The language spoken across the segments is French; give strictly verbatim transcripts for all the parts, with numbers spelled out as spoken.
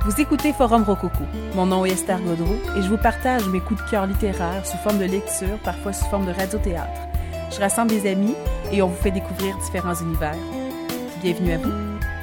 Vous écoutez Forum Rococo. Mon nom est Esther Godreau et je vous partage mes coups de cœur littéraires sous forme de lecture, parfois sous forme de radio-théâtre. Je rassemble des amis et on vous fait découvrir différents univers. Bienvenue à vous.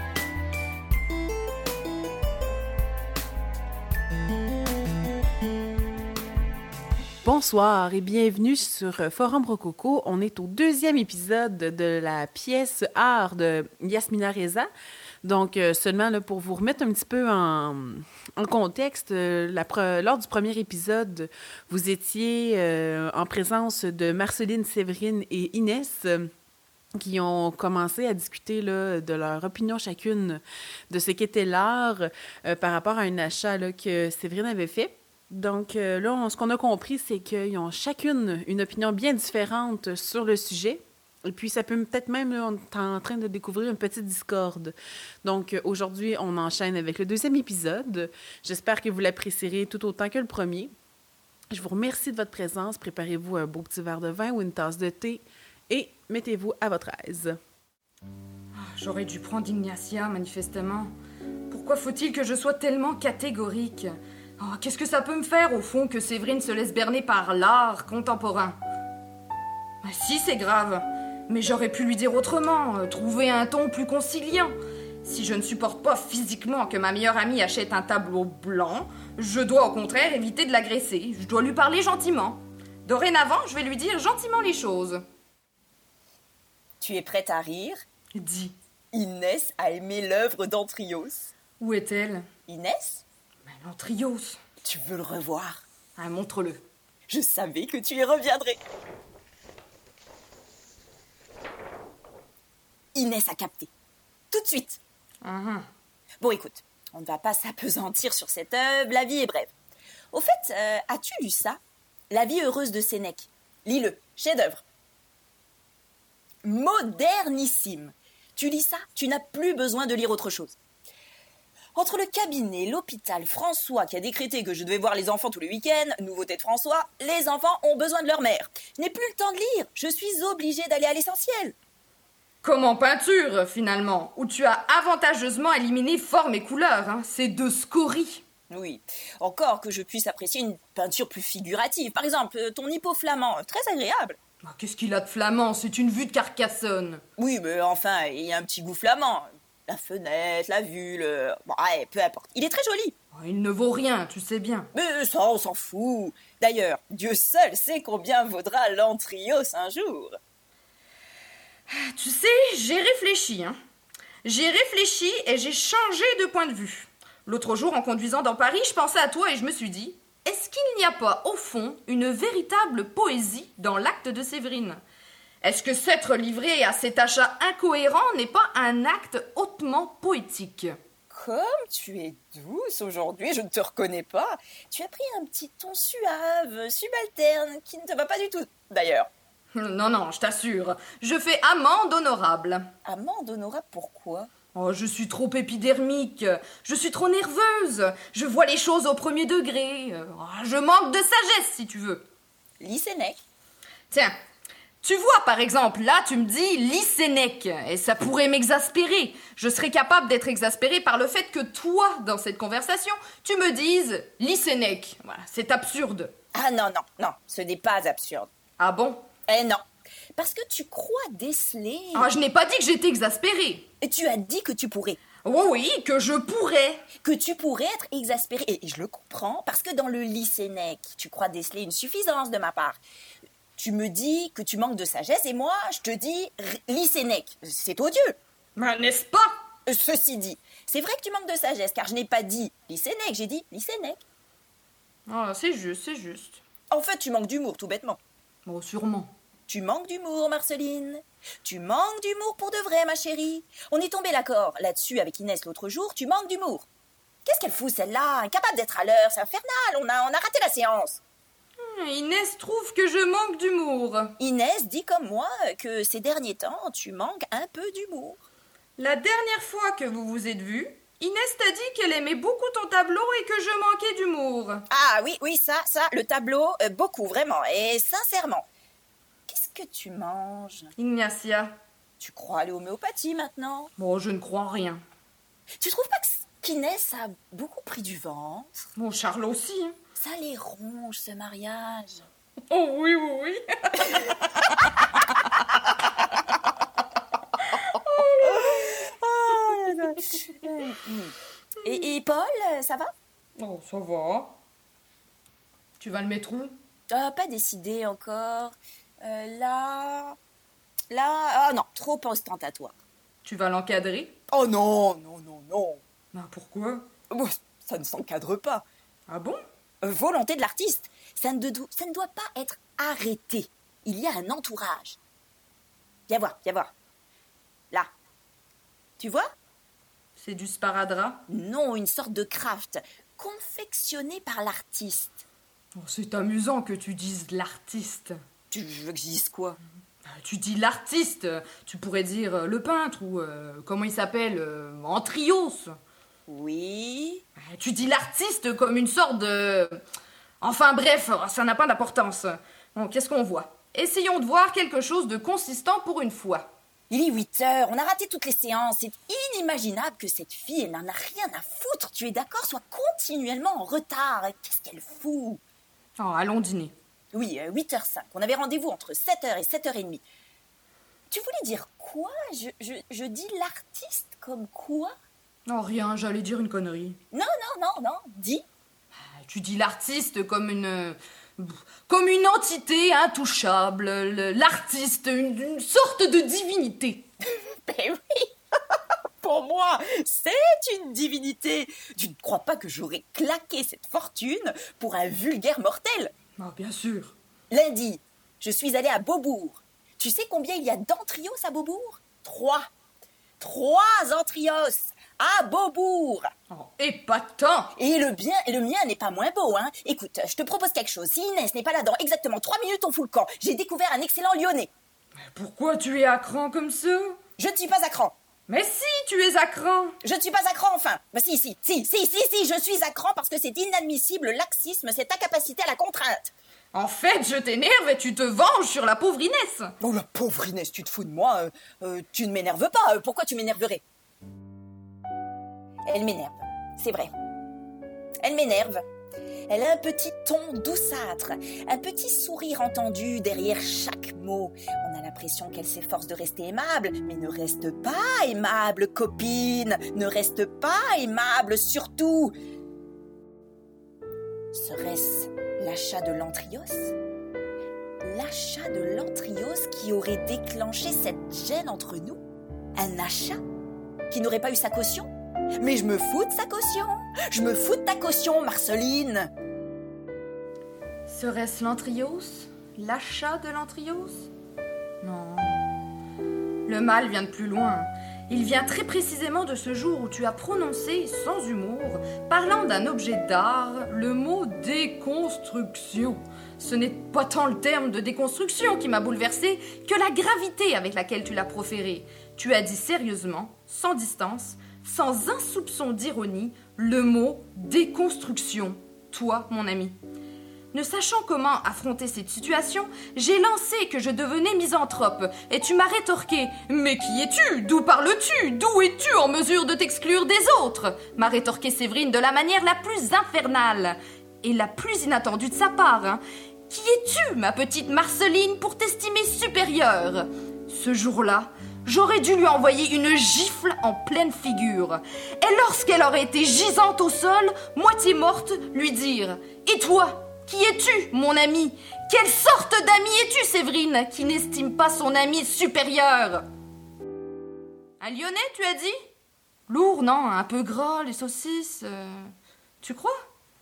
Bonsoir et bienvenue sur Forum Rococo. On est au deuxième épisode de la pièce Art de Yasmina Reza. Donc, euh, seulement là, pour vous remettre un petit peu en, en contexte, euh, la pre- lors du premier épisode, vous étiez euh, en présence de Marceline, Séverine et Inès, euh, qui ont commencé à discuter là, de leur opinion chacune de ce qu'était l'art euh, par rapport à un achat là, que Séverine avait fait. Donc euh, là, on, ce qu'on a compris, c'est qu'ils ont chacune une opinion bien différente sur le sujet. Et puis, ça peut peut-être même, là, on est en train de découvrir une petite discorde. Donc, euh, aujourd'hui, on enchaîne avec le deuxième épisode. J'espère que vous l'apprécierez tout autant que le premier. Je vous remercie de votre présence. Préparez-vous un beau petit verre de vin ou une tasse de thé et mettez-vous à votre aise. J'aurais dû prendre Ignacia, manifestement. Pourquoi faut-il que je sois tellement catégorique ? Oh, qu'est-ce que ça peut me faire, au fond, que Séverine se laisse berner par l'art contemporain ? Ah, si, c'est grave. Mais j'aurais pu lui dire autrement, euh, trouver un ton plus conciliant. Si je ne supporte pas physiquement que ma meilleure amie achète un tableau blanc, je dois au contraire éviter de l'agresser. Je dois lui parler gentiment. Dorénavant, je vais lui dire gentiment les choses. Tu es prête à rire ? Dis. Inès a aimé l'œuvre d'Antrios. Où est-elle ? Inès ? Mais l'Antrios. Tu veux le revoir ? Ah, montre-le. Je savais que tu y reviendrais. Inès a capté. Tout de suite. Uh-huh. Bon, écoute, on ne va pas s'apesantir sur cette œuvre, la vie est brève. Au fait, euh, as-tu lu ça ? La vie heureuse de Sénèque. Lis-le, chef-d'œuvre. Modernissime. Tu lis ça, tu n'as plus besoin de lire autre chose. Entre le cabinet, l'hôpital, François qui a décrété que je devais voir les enfants tous les week-ends, nouveauté de François, les enfants ont besoin de leur mère. Je n'ai plus le temps de lire, je suis obligée d'aller à l'essentiel. Comme en peinture, finalement, où tu as avantageusement éliminé forme et couleur, hein. C'est de scorie. Oui, encore que je puisse apprécier une peinture plus figurative. Par exemple, ton hippo flamand, très agréable. Ah, qu'est-ce qu'il a de flamand ? C'est une vue de Carcassonne. Oui, mais enfin, il y a un petit goût flamand. La fenêtre, la vue, le... Bon, ouais, peu importe. Il est très joli. Oh, il ne vaut rien, tu sais bien. Mais ça, on s'en fout. D'ailleurs, Dieu seul sait combien vaudra l'Antrios un jour. Tu sais, j'ai réfléchi, hein. J'ai réfléchi et j'ai changé de point de vue. L'autre jour, en conduisant dans Paris, je pensais à toi et je me suis dit, est-ce qu'il n'y a pas, au fond, une véritable poésie dans l'acte de Séverine ? Est-ce que s'être livré à cet achat incohérent n'est pas un acte hautement poétique ? Comme tu es douce aujourd'hui, je ne te reconnais pas. Tu as pris un petit ton suave, subalterne, qui ne te va pas du tout, d'ailleurs. Non, non, je t'assure, je fais amende honorable. Amende honorable, pourquoi ? Oh, je suis trop épidermique, je suis trop nerveuse, je vois les choses au premier degré, oh, je manque de sagesse, si tu veux. Lis Sénèque. Tiens, tu vois, par exemple, là, tu me dis « lis Sénèque » et ça pourrait m'exaspérer. Je serais capable d'être exaspérée par le fait que toi, dans cette conversation, tu me dises « lis Sénèque ». Voilà, c'est absurde. Ah non, non, non, ce n'est pas absurde. Ah bon ? Eh non, parce que tu crois déceler... Ah, je n'ai pas dit que j'étais exaspérée. Et tu as dit que tu pourrais. Oh oui, que je pourrais. Que tu pourrais être exaspérée. Et je le comprends, parce que dans le lis Sénèque, tu crois déceler une suffisance de ma part. Tu me dis que tu manques de sagesse, et moi, je te dis lis Sénèque. C'est odieux. Mais n'est-ce pas ? Ceci dit, c'est vrai que tu manques de sagesse, car je n'ai pas dit lis Sénèque, j'ai dit lis Sénèque. Ah, c'est juste, c'est juste. En fait, tu manques d'humour, tout bêtement. Oh, sûrement. Tu manques d'humour, Marceline. Tu manques d'humour pour de vrai, ma chérie. On est tombé d'accord là-dessus avec Inès l'autre jour, tu manques d'humour. Qu'est-ce qu'elle fout, celle-là ? Incapable d'être à l'heure, c'est infernal, on a, on a raté la séance. Hum, Inès trouve que je manque d'humour. Inès dit comme moi que ces derniers temps, tu manques un peu d'humour. La dernière fois que vous vous êtes vus, Inès t'a dit qu'elle aimait beaucoup ton tableau et que je manquais d'humour. Ah oui, oui, ça, ça, le tableau, euh, beaucoup, vraiment, et sincèrement. Qu'est-ce que tu manges ? Ignacia. Tu crois à l'homéopathie maintenant ? Bon, je ne crois en rien. Tu trouves pas que Inès a beaucoup pris du ventre. Bon, Charles aussi. Hein. Ça les ronge, ce mariage. Oh oui, oui, oui. et, et Paul, ça va? Oh, ça va. Tu vas le mettre où? euh, Pas décidé encore. Euh, là... Là... Ah non, trop ostentatoire. Tu vas l'encadrer? Oh non, non, non, non. Ah, pourquoi? Oh, ça ne s'encadre pas. Ah bon? Euh, volonté de l'artiste. Ça ne, do- ça ne doit pas être arrêté. Il y a un entourage. Viens voir, viens voir. Là. Tu vois? C'est du sparadrap? Non, une sorte de craft, confectionné par l'artiste. Oh, c'est amusant que tu dises l'artiste. Tu veux que je dise quoi? Tu dis l'artiste, tu pourrais dire euh, le peintre ou euh, comment il s'appelle, euh, Antrios. Oui. Tu dis l'artiste comme une sorte de... Enfin bref, ça n'a pas d'importance. Bon, qu'est-ce qu'on voit? Essayons de voir quelque chose de consistant pour une fois. Il est huit heures, on a raté toutes les séances. C'est inimaginable que cette fille, elle n'en a rien à foutre. Tu es d'accord, soit continuellement en retard. Qu'est-ce qu'elle fout? Oh, allons dîner. Oui, euh, huit heures cinq. On avait rendez-vous entre sept heures et sept heures trente. Tu voulais dire quoi? Je, je, je dis l'artiste comme quoi? Non, rien, j'allais dire une connerie. Non, non, non, non, dis. Tu dis l'artiste comme une... comme une entité intouchable. le- L'artiste, une, une sorte de divinité. Ben oui. Pour moi, c'est une divinité. Tu ne crois pas que j'aurais claqué cette fortune pour un vulgaire mortel? Ah, bien sûr. Lundi, je suis allée à Beaubourg. Tu sais combien il y a d'entrios à Beaubourg? Trois. Trois entrios à Beaubourg. Oh, épatant. Et le bien et le mien n'est pas moins beau, hein. Écoute, je te propose quelque chose. Si Inès n'est pas là dans exactement trois minutes, on fout le camp. J'ai découvert un excellent Lyonnais. Pourquoi tu es à cran comme ça? Je ne suis pas à cran. Mais si, tu es à cran. Je ne suis pas à cran, enfin. Bah si, si, si, si, si, si, je suis à cran parce que c'est inadmissible, laxisme, cette incapacité à la contrainte. En fait, je t'énerve et tu te venges sur la pauvre Inès. Oh, la pauvre Inès, tu te fous de moi. euh, euh, tu ne m'énerves pas. euh, Pourquoi tu m'énerverais? Elle m'énerve, c'est vrai. Elle m'énerve. Elle a un petit ton douceâtre, un petit sourire entendu derrière chaque mot. On a l'impression qu'elle s'efforce de rester aimable, mais ne reste pas aimable, copine. Ne reste pas aimable, surtout. Serait-ce l'achat de l'Antrios? L'achat de l'Antrios qui aurait déclenché cette gêne entre nous? Un achat qui n'aurait pas eu sa caution? Mais je me fous de sa caution. Je me fous de ta caution, Marceline. Serait-ce l'Antrios? L'achat de l'Antrios? Non. Le mal vient de plus loin. Il vient très précisément de ce jour où tu as prononcé, sans humour, parlant d'un objet d'art, le mot déconstruction. Ce n'est pas tant le terme de déconstruction qui m'a bouleversée que la gravité avec laquelle tu l'as proféré. Tu as dit sérieusement, sans distance, sans un soupçon d'ironie, le mot déconstruction. Toi, mon ami. Ne sachant comment affronter cette situation, j'ai lancé que je devenais misanthrope, et tu m'as rétorqué « Mais qui es-tu? D'où parles-tu? D'où es-tu en mesure de t'exclure des autres ?» m'a rétorqué Séverine de la manière la plus infernale, et la plus inattendue de sa part. Hein. « Qui es-tu, ma petite Marceline, pour t'estimer supérieure ?» Ce jour-là, j'aurais dû lui envoyer une gifle en pleine figure, et lorsqu'elle aurait été gisante au sol, moitié morte, lui dire « Et toi ? Qui es-tu, mon ami? Quelle sorte d'ami es-tu, Séverine, qui n'estime pas son ami supérieur? » Un Lyonnais, tu as dit? Lourd, non? Un peu gras, les saucisses... euh, Tu crois?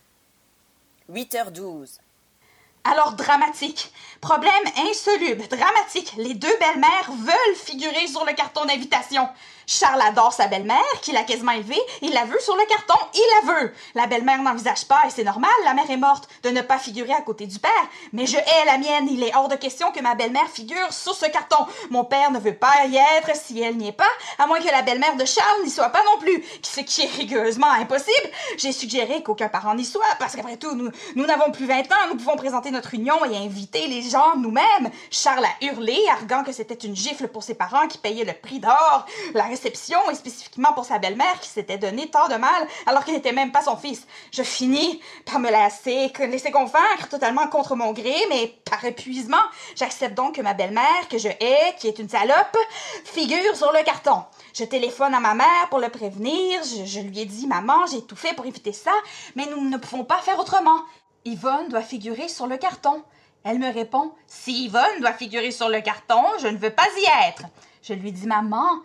huit heures douze. Alors, dramatique. Problème insoluble. Dramatique. Les deux belles-mères veulent figurer sur le carton d'invitation. Charles adore sa belle-mère, qui l'a quasiment élevée. Il la veut sur le carton, il la veut. La belle-mère n'envisage pas, et c'est normal, la mère est morte, de ne pas figurer à côté du père. Mais je hais la mienne. Il est hors de question que ma belle-mère figure sur ce carton. Mon père ne veut pas y être si elle n'y est pas, à moins que la belle-mère de Charles n'y soit pas non plus, ce qui est rigoureusement impossible. J'ai suggéré qu'aucun parent n'y soit, parce qu'après tout, nous nous n'avons plus vingt ans, nous pouvons présenter notre notre union et inviter les gens nous-mêmes. Charles a hurlé, arguant que c'était une gifle pour ses parents qui payaient le prix d'or, la réception, et spécifiquement pour sa belle-mère qui s'était donné tant de mal alors qu'elle n'était même pas son fils. Je finis par me laisser, laisser convaincre totalement contre mon gré, mais par épuisement, j'accepte donc que ma belle-mère, que je hais, qui est une salope, figure sur le carton. Je téléphone à ma mère pour le prévenir. Je, je lui ai dit, maman, j'ai tout fait pour éviter ça, mais nous ne pouvons pas faire autrement. Yvonne doit figurer sur le carton. Elle me répond, si Yvonne doit figurer sur le carton, je ne veux pas y être. Je lui dis, maman,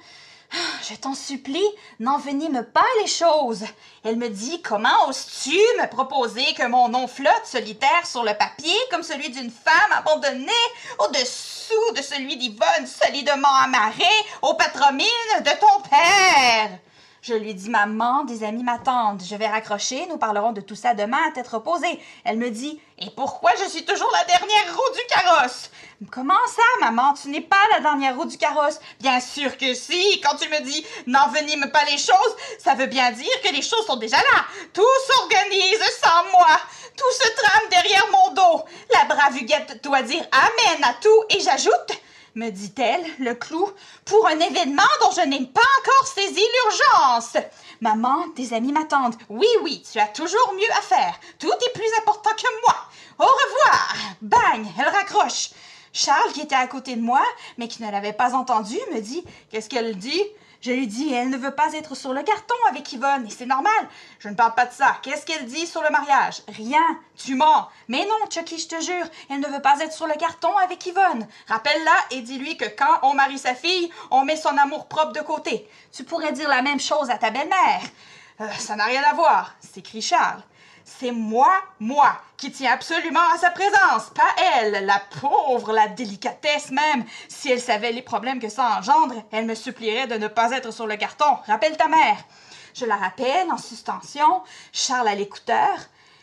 je t'en supplie, n'envenime pas les choses. Elle me dit, comment oses-tu me proposer que mon nom flotte solitaire sur le papier comme celui d'une femme abandonnée au-dessous de celui d'Yvonne solidement amarré aux patromines de ton père? Je lui dis, maman, des amis m'attendent. Je vais raccrocher, nous parlerons de tout ça demain à tête reposée. Elle me dit, et pourquoi je suis toujours la dernière roue du carrosse? Comment ça, maman? Tu n'es pas la dernière roue du carrosse. Bien sûr que si. Quand tu me dis, n'envenime pas les choses, ça veut bien dire que les choses sont déjà là. Tout s'organise sans moi. Tout se trame derrière mon dos. La brave Huguette doit dire amen à tout et j'ajoute, me dit-elle, le clou, pour un événement dont je n'ai pas encore saisi l'urgence. Maman, tes amis m'attendent. Oui, oui, tu as toujours mieux à faire. Tout est plus important que moi. Au revoir. Bang, elle raccroche. Charles, qui était à côté de moi, mais qui ne l'avait pas entendu, me dit, qu'est-ce qu'elle dit? Je lui dis, elle ne veut pas être sur le carton avec Yvonne, et c'est normal. Je ne parle pas de ça. Qu'est-ce qu'elle dit sur le mariage? Rien. Tu mens. Mais non, Chucky, je te jure, elle ne veut pas être sur le carton avec Yvonne. Rappelle-la et dis-lui que quand on marie sa fille, on met son amour-propre de côté. Tu pourrais dire la même chose à ta belle-mère. Euh, ça n'a rien à voir, s'écrie Charles. C'est moi, moi, qui tiens absolument à sa présence, pas elle, la pauvre, la délicatesse même. Si elle savait les problèmes que ça engendre, elle me supplierait de ne pas être sur le carton. Rappelle ta mère. Je la rappelle en suspension. Charles à l'écouteur.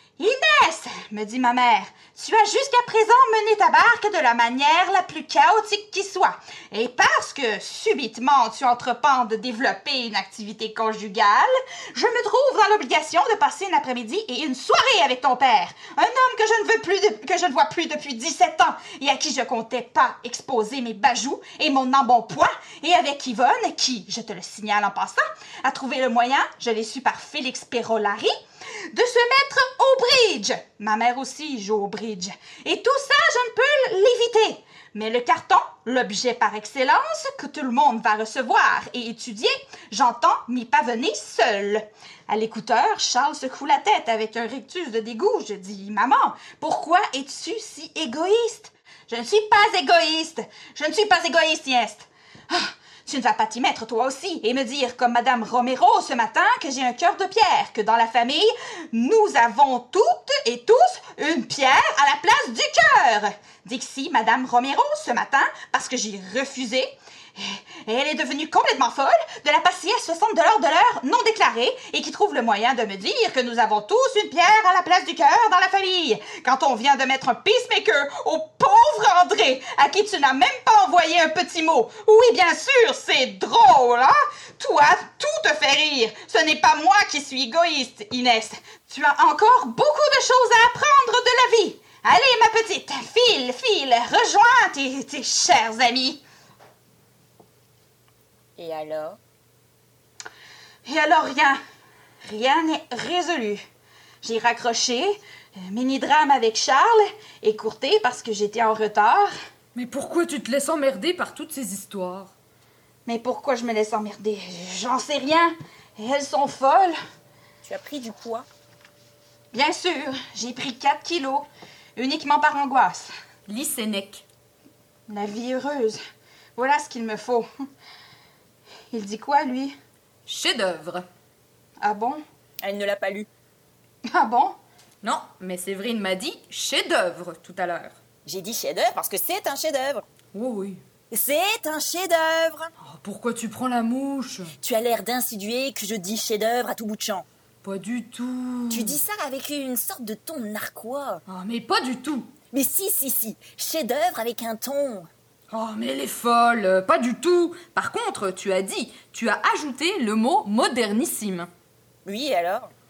Inès, me dit ma mère, tu as jusqu'à présent mené ta barque de la manière la plus chaotique qui soit. Et parce que, subitement, tu entreprends de développer une activité conjugale, je me trouve dans l'obligation de passer un après-midi et une soirée avec ton père. Un homme que je ne veux plus, de, que je ne vois plus depuis dix-sept ans et à qui je comptais pas exposer mes bajoux et mon embonpoint, et avec Yvonne, qui, je te le signale en passant, a trouvé le moyen, je l'ai su par Félix Perolari, de se mettre au bridge. Ma mère aussi joue au bridge. Et tout ça, je ne peux l'éviter. Mais le carton, l'objet par excellence que tout le monde va recevoir et étudier, j'entends m'y pavenir seul. À l'écouteur, Charles secoue la tête avec un rictus de dégoût. Je dis, maman, pourquoi es-tu si égoïste? Je ne suis pas égoïste. Je ne suis pas égoïste, Inès. Ah, tu ne vas pas t'y mettre toi aussi et me dire comme Madame Romero ce matin que j'ai un cœur de pierre, que dans la famille, nous avons toutes et tous une pierre à la place du cœur. Dixie, Madame Romero ce matin, parce que j'ai refusé. Et elle est devenue complètement folle de la passer à soixante dollars de l'heure non déclarée et qui trouve le moyen de me dire que nous avons tous une pierre à la place du cœur dans la famille. Quand on vient de mettre un pacemaker au pauvre André, à qui tu n'as même pas envoyé un petit mot. Oui, bien sûr, c'est drôle, hein? Toi, tout te fait rire. Ce n'est pas moi qui suis égoïste, Inès. Tu as encore beaucoup de choses à apprendre de la vie. Allez, ma petite, file, file, rejoins tes, tes chers amis. Et alors? Et alors rien, rien n'est résolu. J'ai raccroché, euh, mini-drame avec Charles, écourté parce que j'étais en retard. Mais pourquoi tu te laisses emmerder par toutes ces histoires? Mais pourquoi je me laisse emmerder? J'en sais rien. Elles sont folles. Tu as pris du poids? Bien sûr, j'ai pris quatre kilos, uniquement par angoisse. Lis Sénèque. La vie heureuse, voilà ce qu'il me faut. Il dit quoi, lui? Chef-d'œuvre. Ah bon? Elle ne l'a pas lu. Ah bon? Non, mais Séverine m'a dit chef-d'œuvre tout à l'heure. J'ai dit chef-d'œuvre parce que c'est un chef-d'œuvre. Oui, oui. C'est un chef-d'œuvre. Oh, pourquoi tu prends la mouche? Tu as l'air d'insinuer que je dis chef-d'œuvre à tout bout de champ. Pas du tout. Tu dis ça avec une sorte de ton narquois. Oh, mais pas du tout. Mais si, si, si. Chef-d'œuvre avec un ton. Oh, mais elle est folle. Pas du tout. Par contre, tu as dit, tu as ajouté le mot modernissime. Oui, alors?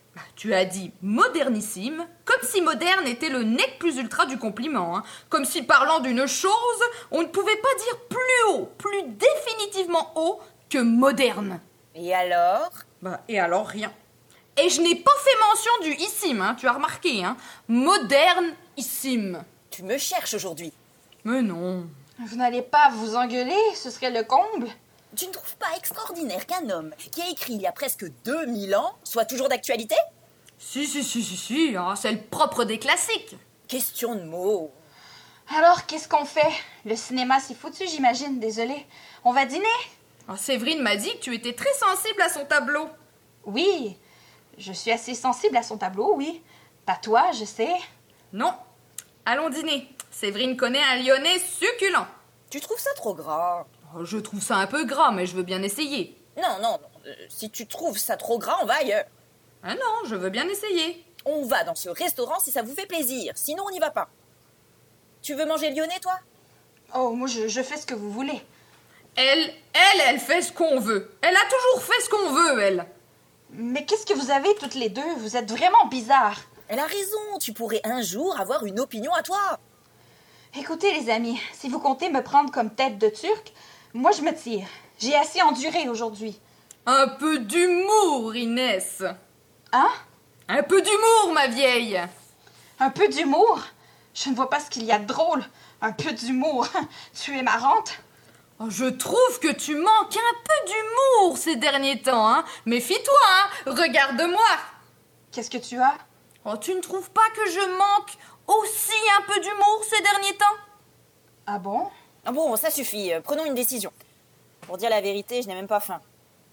Tu as dit modernissime, comme si moderne était le nec plus ultra du compliment, hein. Comme si parlant d'une chose, on ne pouvait pas dire plus haut, plus définitivement haut que moderne. Et alors? Bah, et alors rien. Et je n'ai pas fait mention du issime, hein, tu as remarqué, hein. Modernissime. Tu me cherches aujourd'hui. Mais non. Vous n'allez pas vous engueuler, ce serait le comble. Tu ne trouves pas extraordinaire qu'un homme qui a écrit il y a presque deux mille ans soit toujours d'actualité? Si, si, si, si, si, hein, c'est le propre des classiques. Question de mots. Alors, qu'est-ce qu'on fait? Le cinéma, c'est foutu, j'imagine, désolé. On va dîner? Oh, Séverine m'a dit que tu étais très sensible à son tableau. Oui, je suis assez sensible à son tableau, oui. Pas toi, je sais. Non. Allons dîner. Séverine connaît un Lyonnais succulent. Tu trouves ça trop gras? Oh, je trouve ça un peu gras, mais je veux bien essayer. Non, non, non. Euh, si tu trouves ça trop gras, on va ailleurs. Ah non, je veux bien essayer. On va dans ce restaurant si ça vous fait plaisir. Sinon, on n'y va pas. Tu veux manger lyonnais, toi? Oh, moi, je, je fais ce que vous voulez. Elle, elle, elle fait ce qu'on veut. Elle a toujours fait ce qu'on veut, elle. Mais qu'est-ce que vous avez toutes les deux? Vous êtes vraiment bizarres. Elle a raison. Tu pourrais un jour avoir une opinion à toi. Écoutez, les amis, si vous comptez me prendre comme tête de turc, moi, je me tire. J'ai assez enduré aujourd'hui. Un peu d'humour, Inès. Hein? Un peu d'humour, ma vieille. Un peu d'humour? Je ne vois pas ce qu'il y a de drôle. Un peu d'humour. Tu es marrante? Oh, je trouve que tu manques un peu d'humour ces derniers temps, hein. Méfie-toi, hein. Regarde-moi. Qu'est-ce que tu as? Oh, tu ne trouves pas que je manque aussi un peu d'humour ces derniers temps? Ah bon? Ah bon, ça suffit. Euh, Prenons une décision. Pour dire la vérité, je n'ai même pas faim.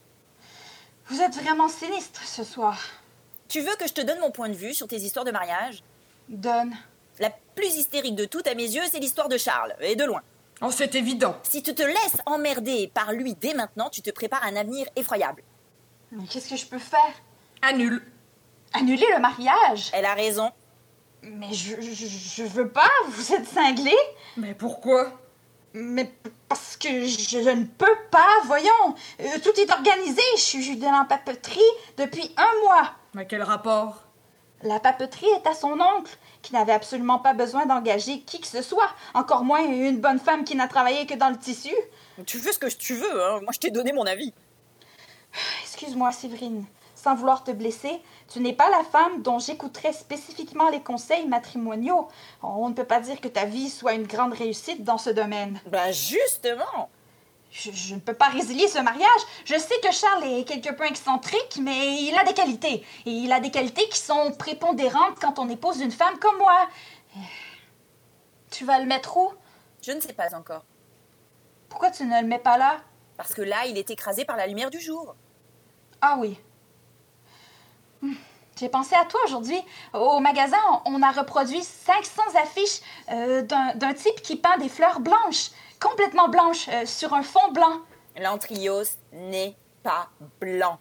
Vous êtes vraiment sinistre ce soir. Tu veux que je te donne mon point de vue sur tes histoires de mariage? Donne. La plus hystérique de toutes, à mes yeux, c'est l'histoire de Charles, et de loin. Oh, c'est évident. Si tu te laisses emmerder par lui dès maintenant, tu te prépares un avenir effroyable. Mais qu'est-ce que je peux faire? Annule. Annuler le mariage? Elle a raison. Mais je, je, je veux pas, vous êtes cinglé. Mais pourquoi? Mais parce que je ne peux pas, voyons. Euh, tout est organisé, je suis dans la papeterie depuis un mois. Mais quel rapport? La papeterie est à son oncle, qui n'avait absolument pas besoin d'engager qui que ce soit, encore moins une bonne femme qui n'a travaillé que dans le tissu. Tu fais ce que tu veux, hein. Moi je t'ai donné mon avis. Excuse-moi, Séverine. Sans vouloir te blesser, tu n'es pas la femme dont j'écouterais spécifiquement les conseils matrimoniaux. On ne peut pas dire que ta vie soit une grande réussite dans ce domaine. Bah justement. Je, je ne peux pas résilier ce mariage. Je sais que Charles est quelque peu excentrique, mais il a des qualités. Et il a des qualités qui sont prépondérantes quand on épouse une femme comme moi. Tu vas le mettre où? Je ne sais pas encore. Pourquoi tu ne le mets pas là? Parce que là, il est écrasé par la lumière du jour. Ah oui. J'ai pensé à toi aujourd'hui. Au magasin, on a reproduit cinq cents affiches euh, d'un, d'un type qui peint des fleurs blanches, complètement blanches, euh, sur un fond blanc. L'anthrios n'est pas blanc.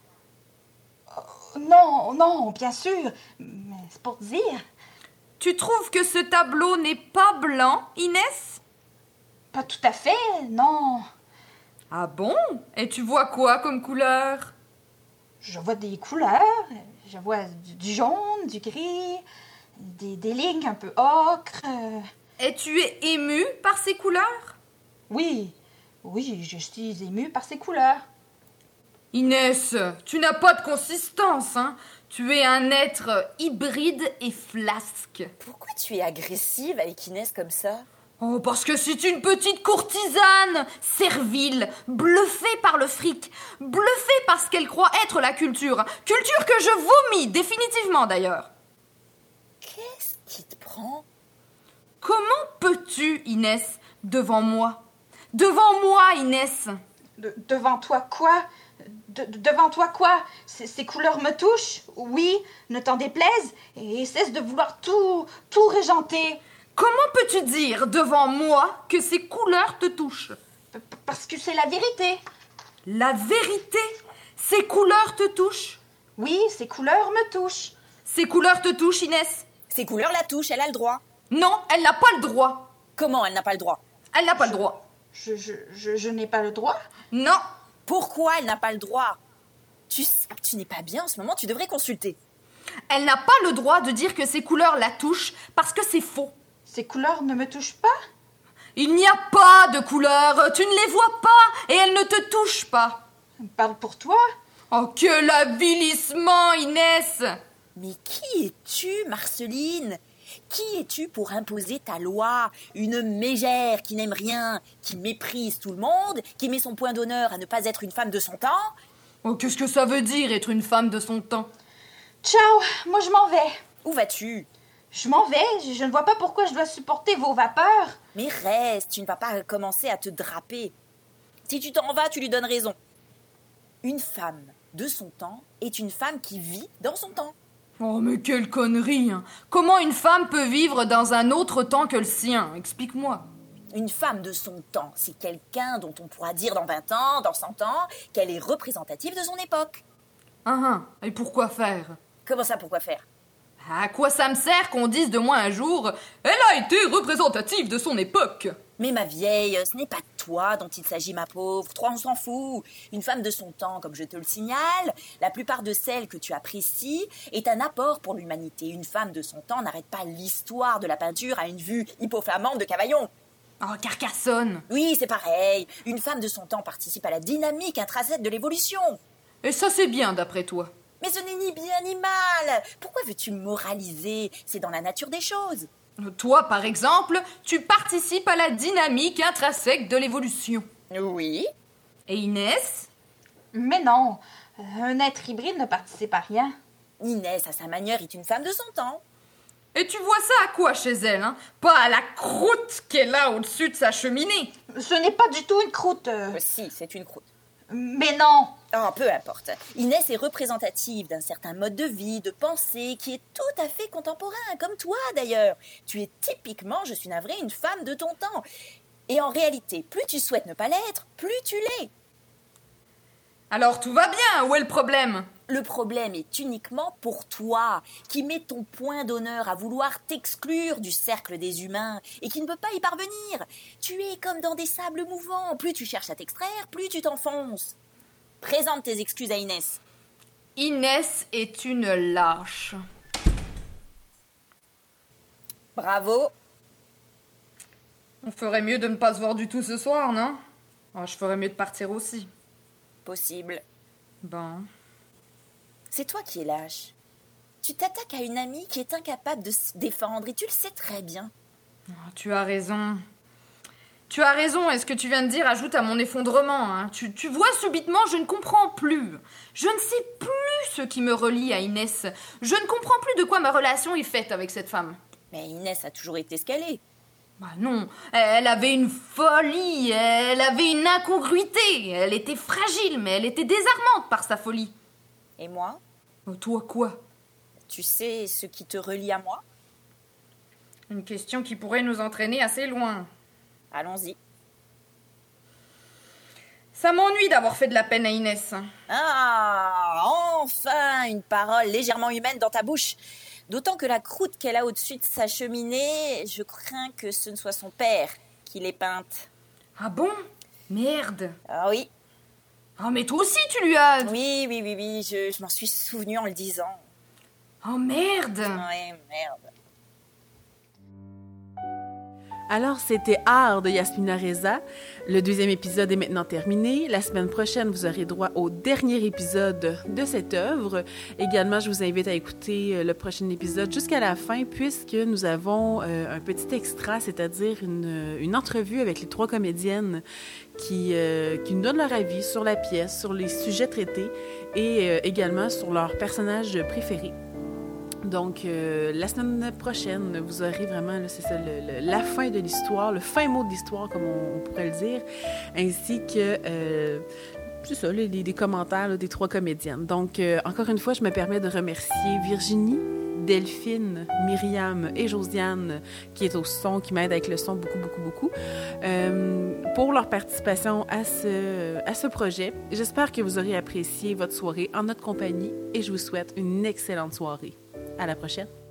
Non, non, bien sûr, mais c'est pour te dire. Tu trouves que ce tableau n'est pas blanc, Inès? Pas tout à fait, non. Ah bon? Et tu vois quoi comme couleur? Je vois des couleurs, je vois du, du jaune, du gris, des, des lignes un peu ocre. euh. Et tu es émue par ces couleurs? Oui, oui, je suis émue par ces couleurs. Inès, tu n'as pas de consistance, hein? Tu es un être hybride et flasque. Pourquoi tu es agressive avec Inès comme ça? Oh, parce que c'est une petite courtisane, servile, bluffée par le fric, bluffée par ce qu'elle croit être la culture. Culture que je vomis, définitivement d'ailleurs. Qu'est-ce qui te prend? Comment peux-tu, Inès, devant moi? Devant moi, Inès! De- devant toi quoi? De- de- devant toi quoi? Ces, ces couleurs me touchent, oui, ne t'en déplaise, et cesse de vouloir tout, tout régenter. Comment peux-tu dire devant moi que ces couleurs te touchent? P- Parce que c'est la vérité. La vérité? Ces couleurs te touchent? Oui, ces couleurs me touchent. Ces couleurs te touchent, Inès? Ces couleurs la touchent, elle a le droit. Non, elle n'a pas le droit. Comment elle n'a pas le droit? Elle n'a pas le droit. Je, je, je, je n'ai pas le droit. Non. Pourquoi elle n'a pas le droit? Tu sais que tu n'es pas bien en ce moment, tu devrais consulter. Elle n'a pas le droit de dire que ces couleurs la touchent parce que c'est faux. Ces couleurs ne me touchent pas? Il n'y a pas de couleurs, tu ne les vois pas et elles ne te touchent pas. Parle pour toi. Oh, quel avilissement, Inès! Mais qui es-tu, Marceline? Qui es-tu pour imposer ta loi? Une mégère qui n'aime rien, qui méprise tout le monde, qui met son point d'honneur à ne pas être une femme de son temps? Oh, qu'est-ce que ça veut dire, être une femme de son temps? Ciao, moi je m'en vais. Où vas-tu? Je m'en vais, je je ne vois pas pourquoi je dois supporter vos vapeurs. Mais reste, tu ne vas pas commencer à te draper. Si tu t'en vas, tu lui donnes raison. Une femme de son temps est une femme qui vit dans son temps. Oh, mais quelle connerie, hein. Comment une femme peut vivre dans un autre temps que le sien? Explique-moi. Une femme de son temps, c'est quelqu'un dont on pourra dire dans vingt ans, dans cent ans, qu'elle est représentative de son époque. Ah ah, et pourquoi faire? Comment ça, pourquoi faire? À quoi ça me sert qu'on dise de moi un jour « Elle a été représentative de son époque » ? Mais ma vieille, ce n'est pas de toi dont il s'agit, ma pauvre. Toi, on s'en fout. Une femme de son temps, comme je te le signale, la plupart de celles que tu apprécies est un apport pour l'humanité. Une femme de son temps n'arrête pas l'histoire de la peinture à une vue hypoflammante de Cavaillon. Oh, Carcassonne! Oui, c'est pareil. Une femme de son temps participe à la dynamique intrinsèque de l'évolution. Et ça, c'est bien, d'après toi. Mais ce n'est ni bien ni mal. Pourquoi veux-tu moraliser? C'est dans la nature des choses. Toi, par exemple, tu participes à la dynamique intrinsèque de l'évolution. Oui. Et Inès? Mais non, un être hybride ne participe à rien. Inès, à sa manière, est une femme de son temps. Et tu vois ça à quoi chez elle, hein? Pas à la croûte qu'elle a au-dessus de sa cheminée. Ce n'est pas du tout une croûte. euh. Euh, si, c'est une croûte. Mais non. Oh, peu importe. Inès est représentative d'un certain mode de vie, de pensée, qui est tout à fait contemporain, comme toi d'ailleurs. Tu es typiquement, je suis navrée, une femme de ton temps. Et en réalité, plus tu souhaites ne pas l'être, plus tu l'es. Alors tout va bien, où est le problème? Le problème est uniquement pour toi, qui mets ton point d'honneur à vouloir t'exclure du cercle des humains et qui ne peut pas y parvenir. Tu es comme dans des sables mouvants. Plus tu cherches à t'extraire, plus tu t'enfonces. Présente tes excuses à Inès. Inès est une lâche. Bravo. On ferait mieux de ne pas se voir du tout ce soir, non? Oh, je ferais mieux de partir aussi. Possible. Bon. C'est toi qui es lâche. Tu t'attaques à une amie qui est incapable de se défendre et tu le sais très bien. Oh, tu as raison. Tu as raison, et ce que tu viens de dire ajoute à mon effondrement. Hein. Tu, tu vois, subitement, je ne comprends plus. Je ne sais plus ce qui me relie à Inès. Je ne comprends plus de quoi ma relation est faite avec cette femme. Mais Inès a toujours été ce qu'elle est. Bah non, elle avait une folie, elle avait une incongruité. Elle était fragile, mais elle était désarmante par sa folie. Et moi? Oh, toi quoi? Tu sais ce qui te relie à moi? Une question qui pourrait nous entraîner assez loin. Allons-y. Ça m'ennuie d'avoir fait de la peine à Inès. Ah, enfin une parole légèrement humaine dans ta bouche. D'autant que la croûte qu'elle a au-dessus de sa cheminée, je crains que ce ne soit son père qui l'ait peinte. Ah bon? Merde. Ah oui. Ah mais toi aussi tu lui as... Oui, oui, oui, oui, je, je m'en suis souvenu en le disant. Oh merde. Ouais, merde. Alors, c'était Art de Yasmina Reza. Le deuxième épisode est maintenant terminé. La semaine prochaine, vous aurez droit au dernier épisode de cette œuvre. Également, je vous invite à écouter le prochain épisode jusqu'à la fin, puisque nous avons euh, un petit extra, c'est-à-dire une, une entrevue avec les trois comédiennes qui, euh, qui nous donnent leur avis sur la pièce, sur les sujets traités et euh, également sur leurs personnages préférés. Donc, euh, la semaine prochaine, vous aurez vraiment, là, c'est ça, le, le, la fin de l'histoire, le fin mot de l'histoire, comme on, on pourrait le dire, ainsi que, euh, c'est ça, les, les commentaires là, des trois comédiennes. Donc, euh, encore une fois, je me permets de remercier Virginie, Delphine, Myriam et Josiane, qui est au son, qui m'aide avec le son beaucoup, beaucoup, beaucoup, euh, pour leur participation à ce, à ce projet. J'espère que vous aurez apprécié votre soirée en notre compagnie et je vous souhaite une excellente soirée. À la prochaine!